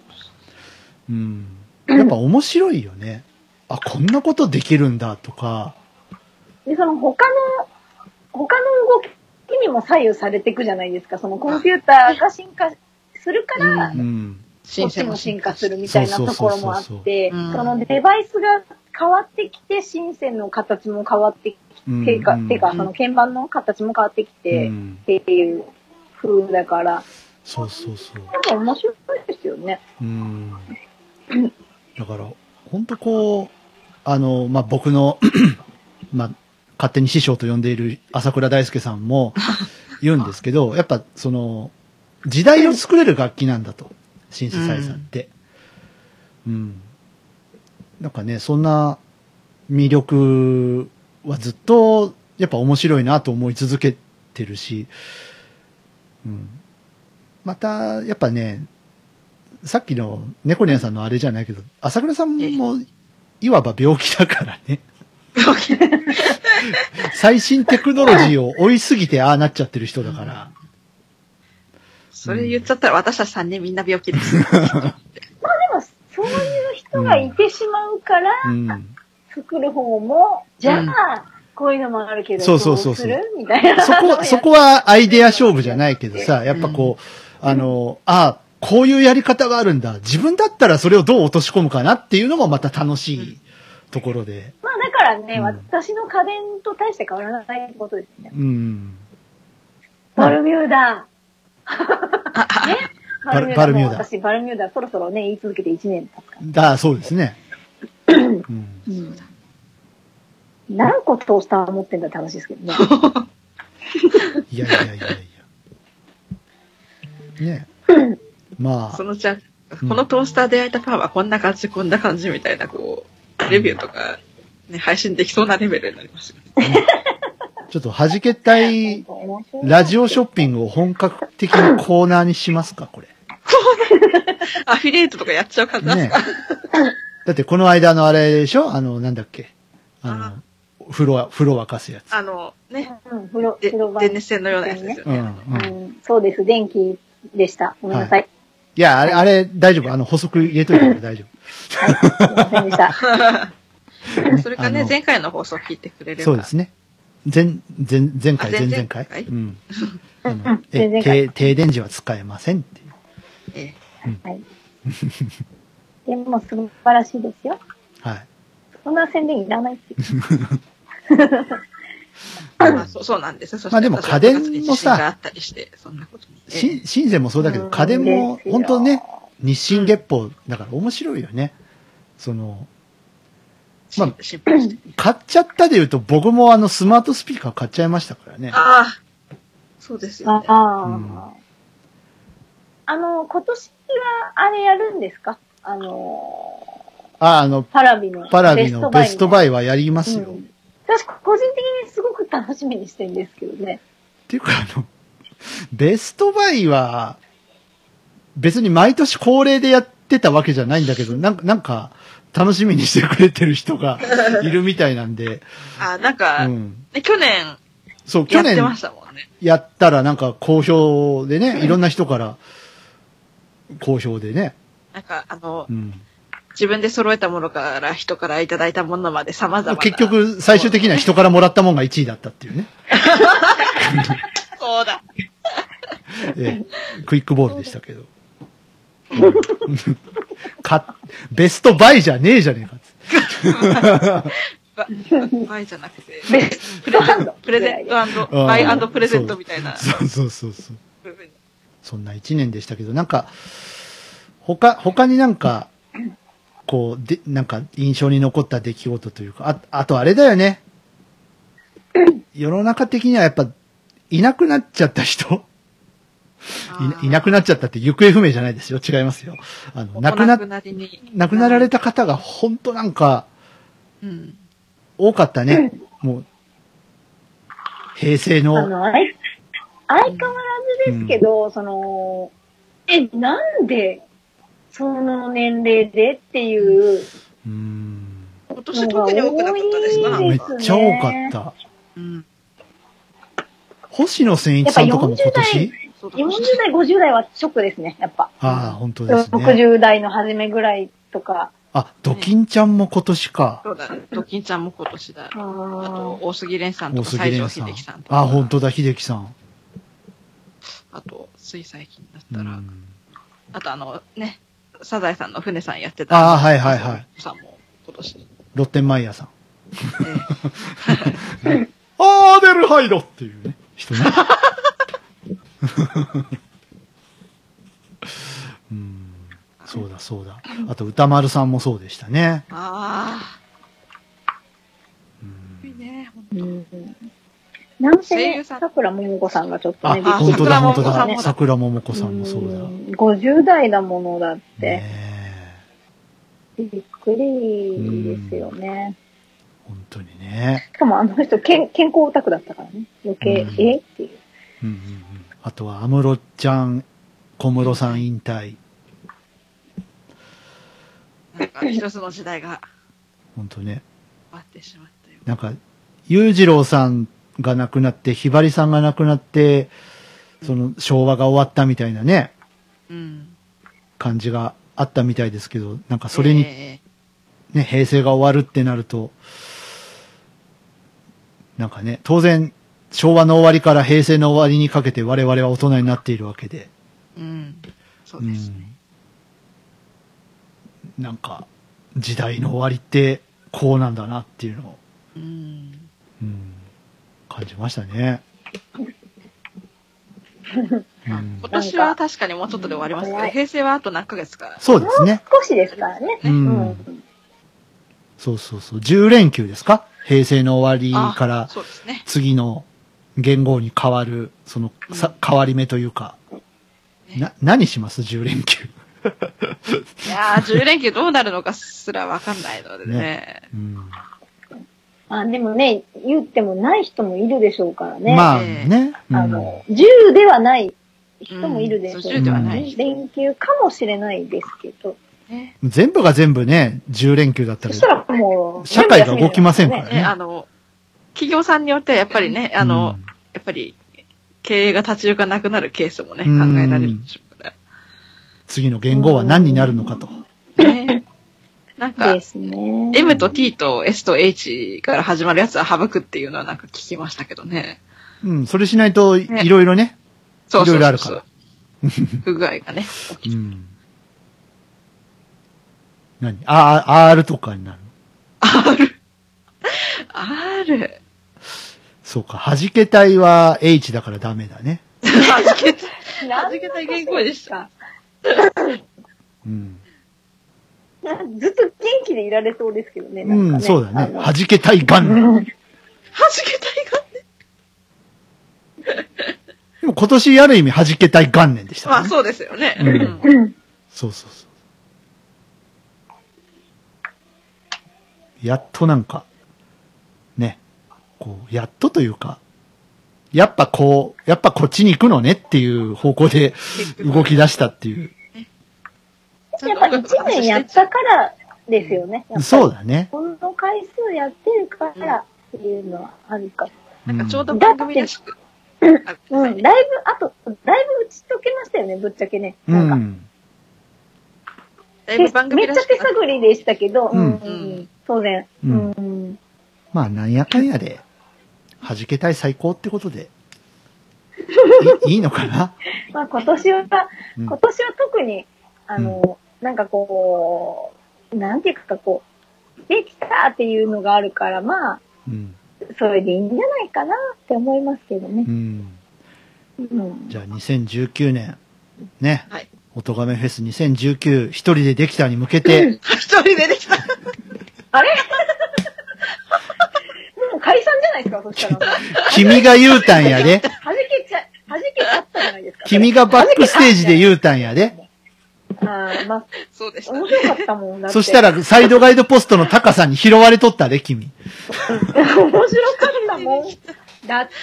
やっぱ面白いよね。あ、こんなことできるんだとか。 で、他の動きにも左右されていくじゃないですか。そのコンピューターが進化するから、こっちも進化するみたいなところもあって、そのデバイスが変わってきて、シンセの形も変わってきて、てか、その鍵盤の形も変わってきて、っていう風だから。 そうそうそう。 なんか面白いですよね。 だから、ほんとこう、僕の、勝手に師匠と呼んでいる朝倉大輔さんも言うんですけど、やっぱ時代を作れる楽器なんだと、シンセサイザーって。なんかね、そんな魅力はずっと、やっぱ面白いなと思い続けてるし、また、やっぱね、さっきの猫ニャンさんのあれじゃないけど、朝倉さんもいわば病気だからね。病気最新テクノロジーを追いすぎてああなっちゃってる人だから。 それ言っちゃったら私たち3人みんな病気です。 まあでも、そういう人がいてしまうから、作る方も、じゃあ、こういうのもあるけど、 そうみたいな。 そこはアイデア勝負じゃないけどさ、やっぱこう、こういうやり方があるんだ。自分だったらそれをどう落とし込むかなっていうのもまた楽しいところで。 まあだからね、私の家電と大して変わらないってことですね。バルミューダ。バルミューダ。私、バルミューダそろそろね、言い続けて1年経つから。 そうですね。 何個トースター持ってんだって話ですけどね。 いや。ね。まあ。 このトースターで焼いたパンはこんな感じみたいな、レビューとか、ね、配信できそうなレベルになりますよね。 ちょっと弾けたいラジオショッピングを本格的なコーナーにしますか、これ。 アフィリエイトとかやっちゃう感じですか、 だってこの間のあれでしょなんだっけ風呂沸かすやつ。 電熱線のようなやつですよね。 そうです、電気でした。ごめんなさい。 いや、あれ、大丈夫。補足入れといたから大丈夫。 はい、すいませんでした。 それかね、前回の放送聞いてくれれば。 そうですね。前々回。停電時は使えませんっていう。 はい。でも素晴らしいですよ。 はい。 そんな宣伝いらないっていう。 そうなんですよ。 まあでも家電もさ、シンセもそうだけど、家電も本当ね、日進月歩だから面白いよね。まあ、買っちゃったで言うと、僕もスマートスピーカー買っちゃいましたからね。 ああ。そうですよね。 今年はあれやるんですか？パラビのベストバイはやりますよ。 私、個人的にすごく楽しみにしてるんですけどね。 っていうかベストバイは、別に毎年恒例でやってたわけじゃないんだけど、なんか、楽しみにしてくれてる人がいるみたいなんで。 去年、 去年、やったらなんか好評でね、いろんな人から好評でね。 自分で揃えたものから人からいただいたものまで様々な。 結局、最終的には人からもらったものが1位だったっていうね。 そうだ。 クイックボールでしたけど。ベストバイじゃねえじゃねえか。 バイじゃなくて、プレゼント&バイ&プレゼントみたいな。 そう。そんな1年でしたけど、なんか、他になんか、なんか印象に残った出来事というか、あとあれだよね。世の中的にはやっぱ、 いなくなっちゃった人いなくなっちゃったって行方不明じゃないですよ。違いますよ。亡くなられた方がほんとなんか、多かったね。もう、平成の。 相変わらずですけど、なんで、その年齢でっていう。 今年特に多くなかったですか？ めっちゃ多かった。星野千一さんとかも今年 40代、50代はショックですね、やっぱ。 ああ、本当ですね。 60代の初めぐらいとか。 あ、ドキンちゃんも今年か。 そうだね。ドキンちゃんも今年だ。あと、大杉蓮さんとか、西城秀樹さんとか。 あ、本当だ、秀樹さん。 あと、つい最近だったら、あとね、サザエさんの船さんやってた。 ああ、はいはいはい。 さんも今年。 ロッテンマイヤーさん。アーデルハイドっていうね、人ね。そうだそうだ。あと歌丸さんもそうでしたね。 ああ。いいね、本当。なんせね、桜ももこさんがちょっとね、 本当だ本当だ。桜ももこさんもそうだ。 50代だものだって。びっくりですよね。 本当にね。 しかもあの人健康オタクだったからね。余計、っていう。 あとは安室ちゃん、小室さん引退。 なんか一つの時代が。 本当ね。 終わってしまったよ。 なんか、裕次郎さんが亡くなって、ひばりさんが亡くなって、その昭和が終わったみたいなね。感じがあったみたいですけど、なんかそれに、ね、平成が終わるってなると、なんかね、当然、昭和の終わりから平成の終わりにかけて我々は大人になっているわけで。 そうですね。 なんか、時代の終わりってこうなんだなっていうのを、感じましたね。 今年は確かにもうちょっとで終わりますけど、平成はあと何ヶ月か。 そうですね。 もう少しですからね。 そうそうそう。10連休ですか？平成の終わりから次の元号に変わる、その変わり目というか。何します ?10 連休。 いやー、10連休どうなるのかすらわかんないのでね。 でもね、言ってもない人もいるでしょうからね。 まあね。 10ではない人もいるでしょうからね。連休かもしれないですけど。 全部が全部ね、10連休だったら。 そしたらもう、 社会が動きませんからね。 企業さんによってはやっぱりね、やっぱり経営が立ち行かなくなるケースもね、考えられるでしょうから。 次の元号は何になるのかと。 なんか、M と T と S と H から始まるやつは省くっていうのはなんか聞きましたけどね。 それしないといろいろね。いろいろあるから。 不具合がね。 何R とかになるの？ R。 そうか、弾けたいは H だからダメだね。 弾けたい原稿でした。 ずっと元気でいられそうですけどね。 そうだね。弾けたい元年。 弾けたい元年。 でも今年ある意味弾けたい元年でしたね。 まあそうですよね。 そうそうそう。やっとなんか、ね、こう、やっとというか、やっぱこっちに行くのねっていう方向で動き出したっていう。 やっぱ1年やったからですよね。 そうだね。 この回数やってるからっていうのはあるか。 なんかちょうど番組らしく。 だいぶ打ち解けましたよね、ぶっちゃけね。なんか。めっちゃ手探りでしたけど、当然。 まあ、なんやかんやで、弾けたい最高ってことで、いいのかな？ まあ今年は特に、なんかこう、なんていうかこう、できたっていうのがあるから、まあ、それでいいんじゃないかなって思いますけどね。 じゃあ2019年、ね。おとがめフェス2019、一人でできたに向けて。 一人でできたあれもう解散じゃないですか、そしたら。 君が言うたんやで。 弾けあったじゃないですか。 君がバックステージで言うたんやで。 まあ、 そうでしたね。 面白かったもんだって。 そしたら、サイドガイドポストの高さに拾われとったで、君。 面白かったもん。だって。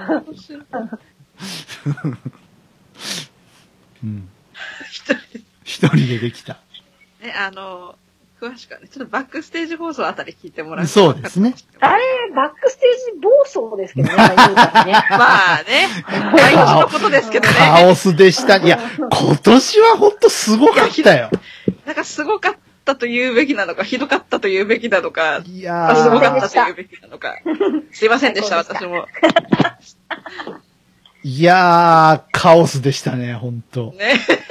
うん。一人でできた。 ね、詳しくはね、ちょっとバックステージ放送あたり聞いてもらうと。 そうですね。 あれ、バックステージ暴走ですけどね、言うたらね。 まあね。大事なことですけどね。 カオスでした。いや、今年はほんとすごかったよ。 なんかすごかったと言うべきなのか、ひどかったと言うべきなのか、 いやーすごかったと言うべきなのか。すいませんでした、私も。 いやー、カオスでしたね、ほんと。 ね。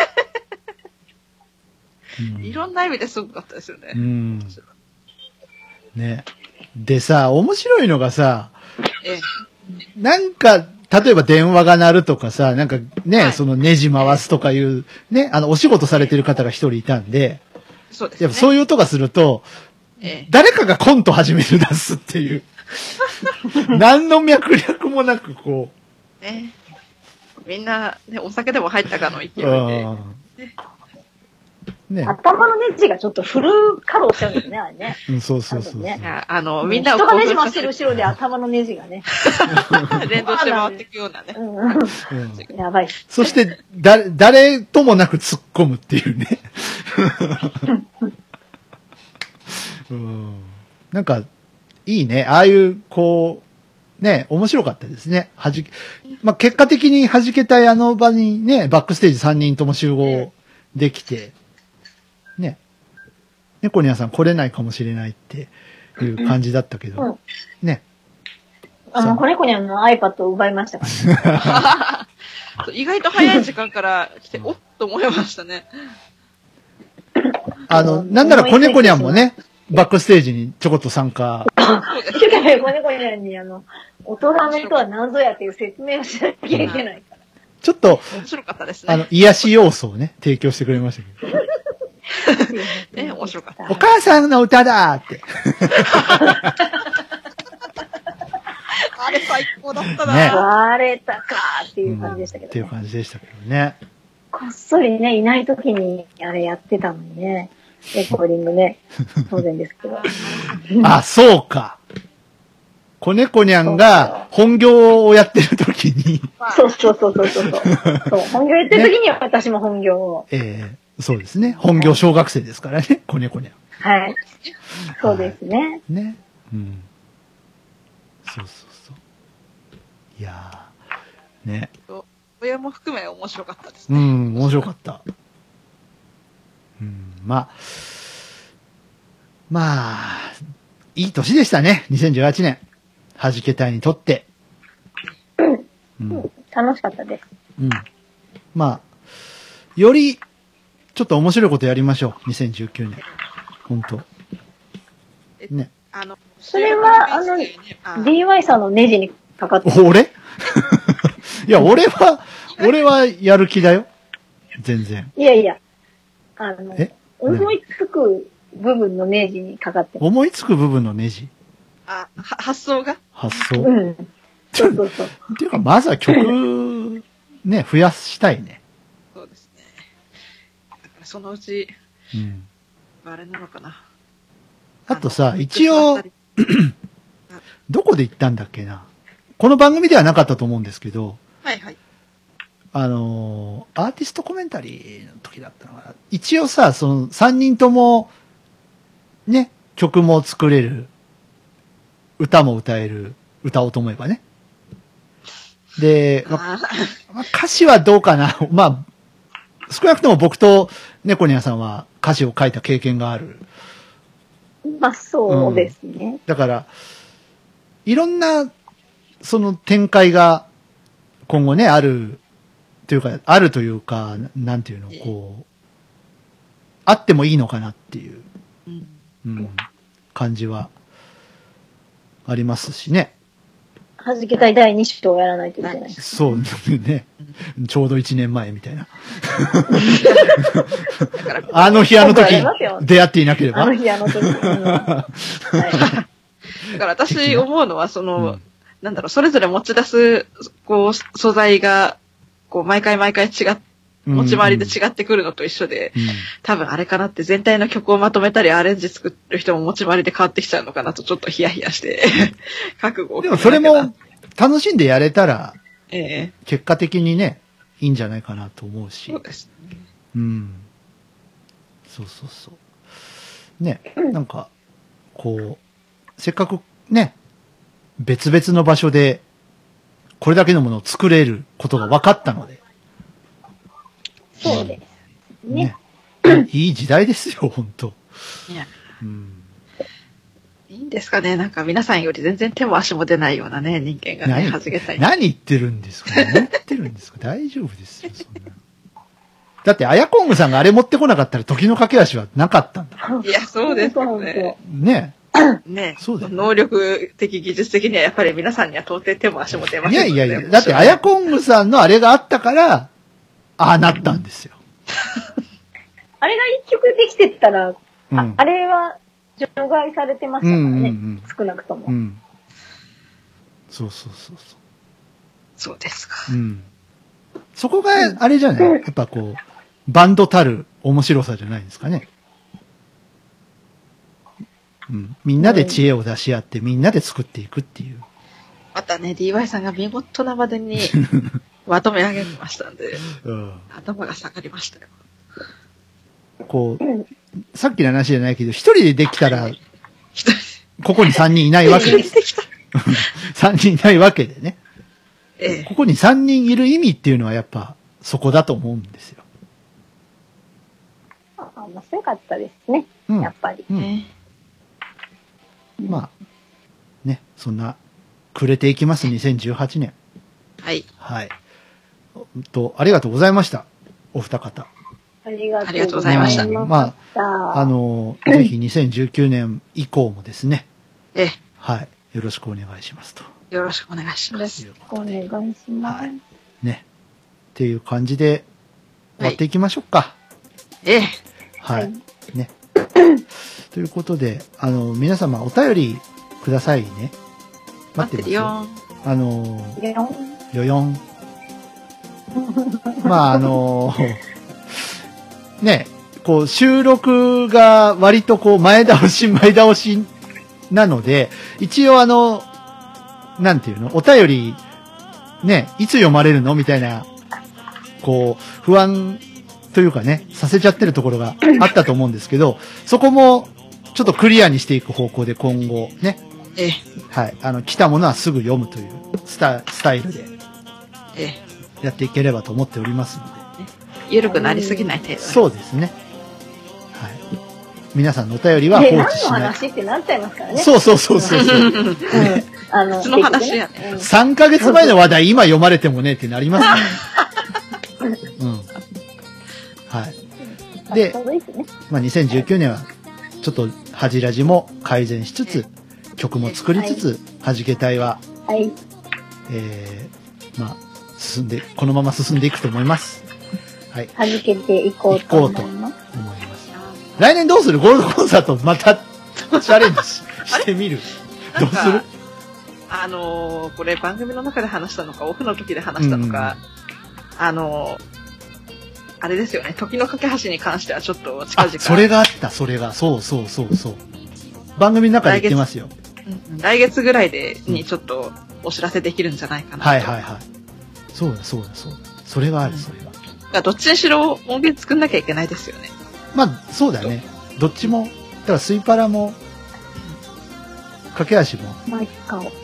うん、 いろんな意味ですごかったですよね。 うん。ね。でさ、面白いのがさ、なんか、例えば電話が鳴るとかさ、なんかね、はい、そのネジ回すとかいう、ね、お仕事されてる方が一人いたんで、 そうですね。 やっぱそういう音がすると、誰かがコント始める出すっていう。何の脈略もなくこう。 ね。みんな、ね、お酒でも入ったかの勢いで。 ね、 頭のネジがちょっとフル稼働しちゃうんですね、あれね。 うん、そうそうそう。 ね、みんな人がネジ回してる後ろで頭のネジがね。 連動して回っていくようなね。 やばい。 そして、誰ともなく突っ込むっていうね。なんか、いいね。ああいう、こう、ね、面白かったですね。まあ、結果的に弾けたいあの場にね、バックステージ3人とも集合できて、ね。猫ニャンさん来れないかもしれないっていう感じだったけど、ね。 子猫ニャンの iPad を奪いましたから、 ね。意外と早い時間から来て、おっと思いましたね。 なんなら子猫ニャンもね、バックステージにちょこっと参加。 子猫ニャンに大人めとは何ぞやっていう説明をしなきゃいけないから。 ちょっと、 面白かったですね。 癒し要素をね、提供してくれましたけど。 ね、面白かった。 お母さんの歌だーって。 あれ最高だったな。 ね。割れたかーっていう感じでしたけどね。 っていう感じでしたけどね。 こっそりね、いない時にあれやってたのにね。レコーディングね。当然ですけど。 あ、そうか。子猫ニャンが本業をやってる時に。 そう。本業やってる時には私も本業を。 そうですね。本業小学生ですからね、子猫ニャン。 はい。そうですね。 ね。うん。そう。いやー、ね。 親も含め面白かったですね。 うん、面白かった。うん、まあ、いい年でしたね、2018年。弾け隊にとって。 楽しかったです。 まあ、より、ちょっと面白いことやりましょう、2019年。本当ね。 それは、DY さんのネジにかかってる。 俺いや、俺はやる気だよ。全然。 いや、思いつく部分のネジにかかってる。 思いつく部分のネジ？ 発想が？ 発想？ そう。 っていうか、まずは曲、ね、増やしたいね。 そうですね。だからそのうち、あれなのかな。 あとさ、一応、どこで行ったんだっけな。この番組ではなかったと思うんですけど、 はいはい。 アーティストコメンタリーの時だったのかな。一応さ、その3人とも、ね、曲も作れる、歌も歌える、歌おうと思えばね。で、歌詞はどうかな。まあ、少なくとも僕と猫ニャンさんは歌詞を書いた経験がある。 まあ、そうですね。 だから、いろんな、その展開が今後ね、あるというか、なんていうの、こう、あってもいいのかなっていう、感じはありますしね。 弾けたい第2章をやらないといけない。 そうね。ちょうど1年前みたいな。あの日あの時出会っていなければ。 あの日あの時。 だから私思うのは、 なんだろう、それぞれ持ち出す、こう、素材が、こう、毎回持ち回りで違ってくるのと一緒で、多分あれかなって全体の曲をまとめたりアレンジ作る人も持ち回りで変わってきちゃうのかなとちょっとヒヤヒヤして、覚悟を。 でもそれも楽しんでやれたら、結果的にね、いいんじゃないかなと思うし。 そうですね。 うん。そうそうそう。ね、なんか、こう、せっかくね、別々の場所で、これだけのものを作れることが分かったので。 そうですね。 いい時代ですよ、本当。 いや、いいんですかね、なんか皆さんより全然手も足も出ないようなね、人間がね、はじけたい。 何言ってるんですか？何言ってるんですか？大丈夫ですよ、そんな。だって、アヤコングさんがあれ持ってこなかったら時の駆け足はなかったんだ。 いや、そうですよね。 ねね、 そうだよ。 能力的、技術的にはやっぱり皆さんには到底手も足も出ません、ね。 いや、だってアヤコングさんのあれがあったから、ああなったんですよ。 あれが一曲できてたら、あれは除外されてましたからね。少なくとも。 そう。 そうですか。 そこがあれじゃない、やっぱこう、バンドたる面白さじゃないですかね。みんなで知恵を出し合って、みんなで作っていくっていう。 またね、DY さんが見事なまでにまとめ上げましたんで、頭が下がりましたよ。 こう、さっきの話じゃないけど、一人でできたら、ここに3人いないわけです。3人いないわけでね。ここに3人いる意味っていうのはやっぱそこだと思うんですよ。 面白かったですね。やっぱり。 まあ、ね、そんな、暮れていきます、2018年。 はい。 はい。ありがとうございました。お二方。 ありがとうございました。 まあ、ぜひ2019年以降もですね。はい。よろしくお願いしますと。 よろしくお願いします。 よろしくお願いします。 ね。っていう感じで終わっていきましょうか。はい。ね。ということで、皆様お便りくださいね。待ってますよ。よよん。まあね、こう収録が割とこう前倒しなので、一応なんていうの、お便りね、いつ読まれるのみたいな、こう不安というかね、させちゃってるところがあったと思うんですけど、そこもちょっとクリアにしていく方向で今後ね、はい、来たものはすぐ読むというスタイルで、やっていければと思っておりますので。 緩くなりすぎない程度。 そうですね。はい。皆さんのお便りは放置しない。 何の話ってなっちゃいますからね。 そう。 普通の話やね。 3ヶ月前の話題今読まれてもねってなりますからね。はい。で、まあ2019年はちょっとハジラジも改善しつつ、曲も作りつつ、はじけ隊は、まあこのまま進んでいくと思います。はい。 はじけていこうと思います。 来年どうする？ゴールドコンサートまたチャレンジしてみる。どうする？ これ番組の中で話したのか、オフの時で話したのか、あれですよね、時の架け橋に関してはちょっと近々。 それがあった、それが。そう。番組の中で言ってますよ。 来月ぐらいにちょっとお知らせできるんじゃないかなと。 はい。そうだ。それはある、それは。 どっちにしろ音源作んなきゃいけないですよね。 まあ、そうだね。どっちも、だからスイパラも、駆け足も。 マイカオ。 はい。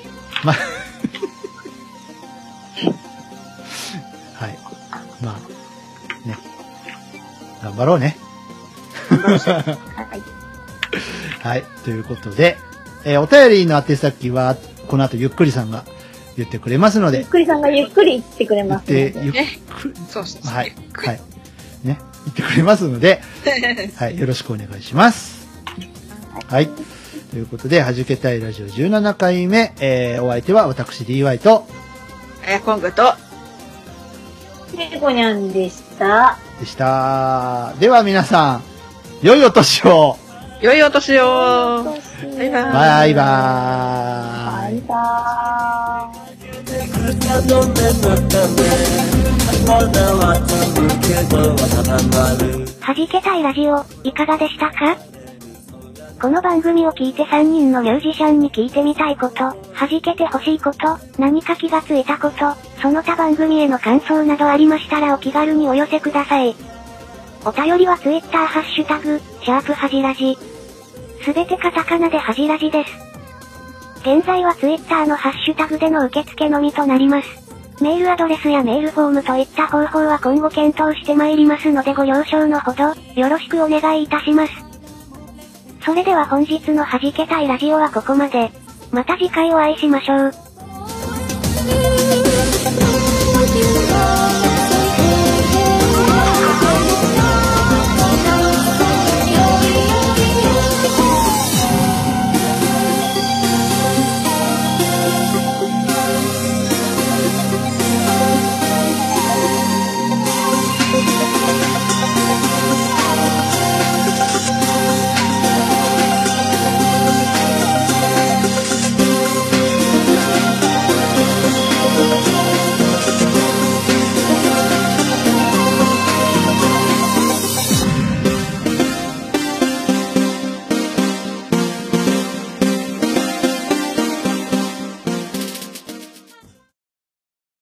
まあ、ね。頑張ろうね。はい。ということで、お便りの宛先は、この後ゆっくりさんが言ってくれますので。 ゆっくりさんがゆっくり言ってくれますので。 そうですね。 はい。ね。言ってくれますので、はい。よろしくお願いします。はい。ということで、はじけたいラジオ17回目、お相手は私 DY と、 コングと、 ペコニャンでした。 では皆さん、良いお年を。 良いお年を。バイバーイ。 バイバーイ。 バイバーイ。 弾けたいラジオ、いかがでしたか？この番組を聞いて3人のミュージシャンに聞いてみたいこと、弾けてほしいこと、何か気がついたこと、その他番組への感想などありましたらお気軽にお寄せください。お便りはツイッターハッシュタグ、#はじらじ。すべてカタカナではじらじです。現在はツイッターのハッシュタグでの受付のみとなります。メールアドレスやメールフォームといった方法は今後検討してまいりますのでご了承のほど、よろしくお願いいたします。それでは本日の弾けたいラジオはここまで。また次回お会いしましょう。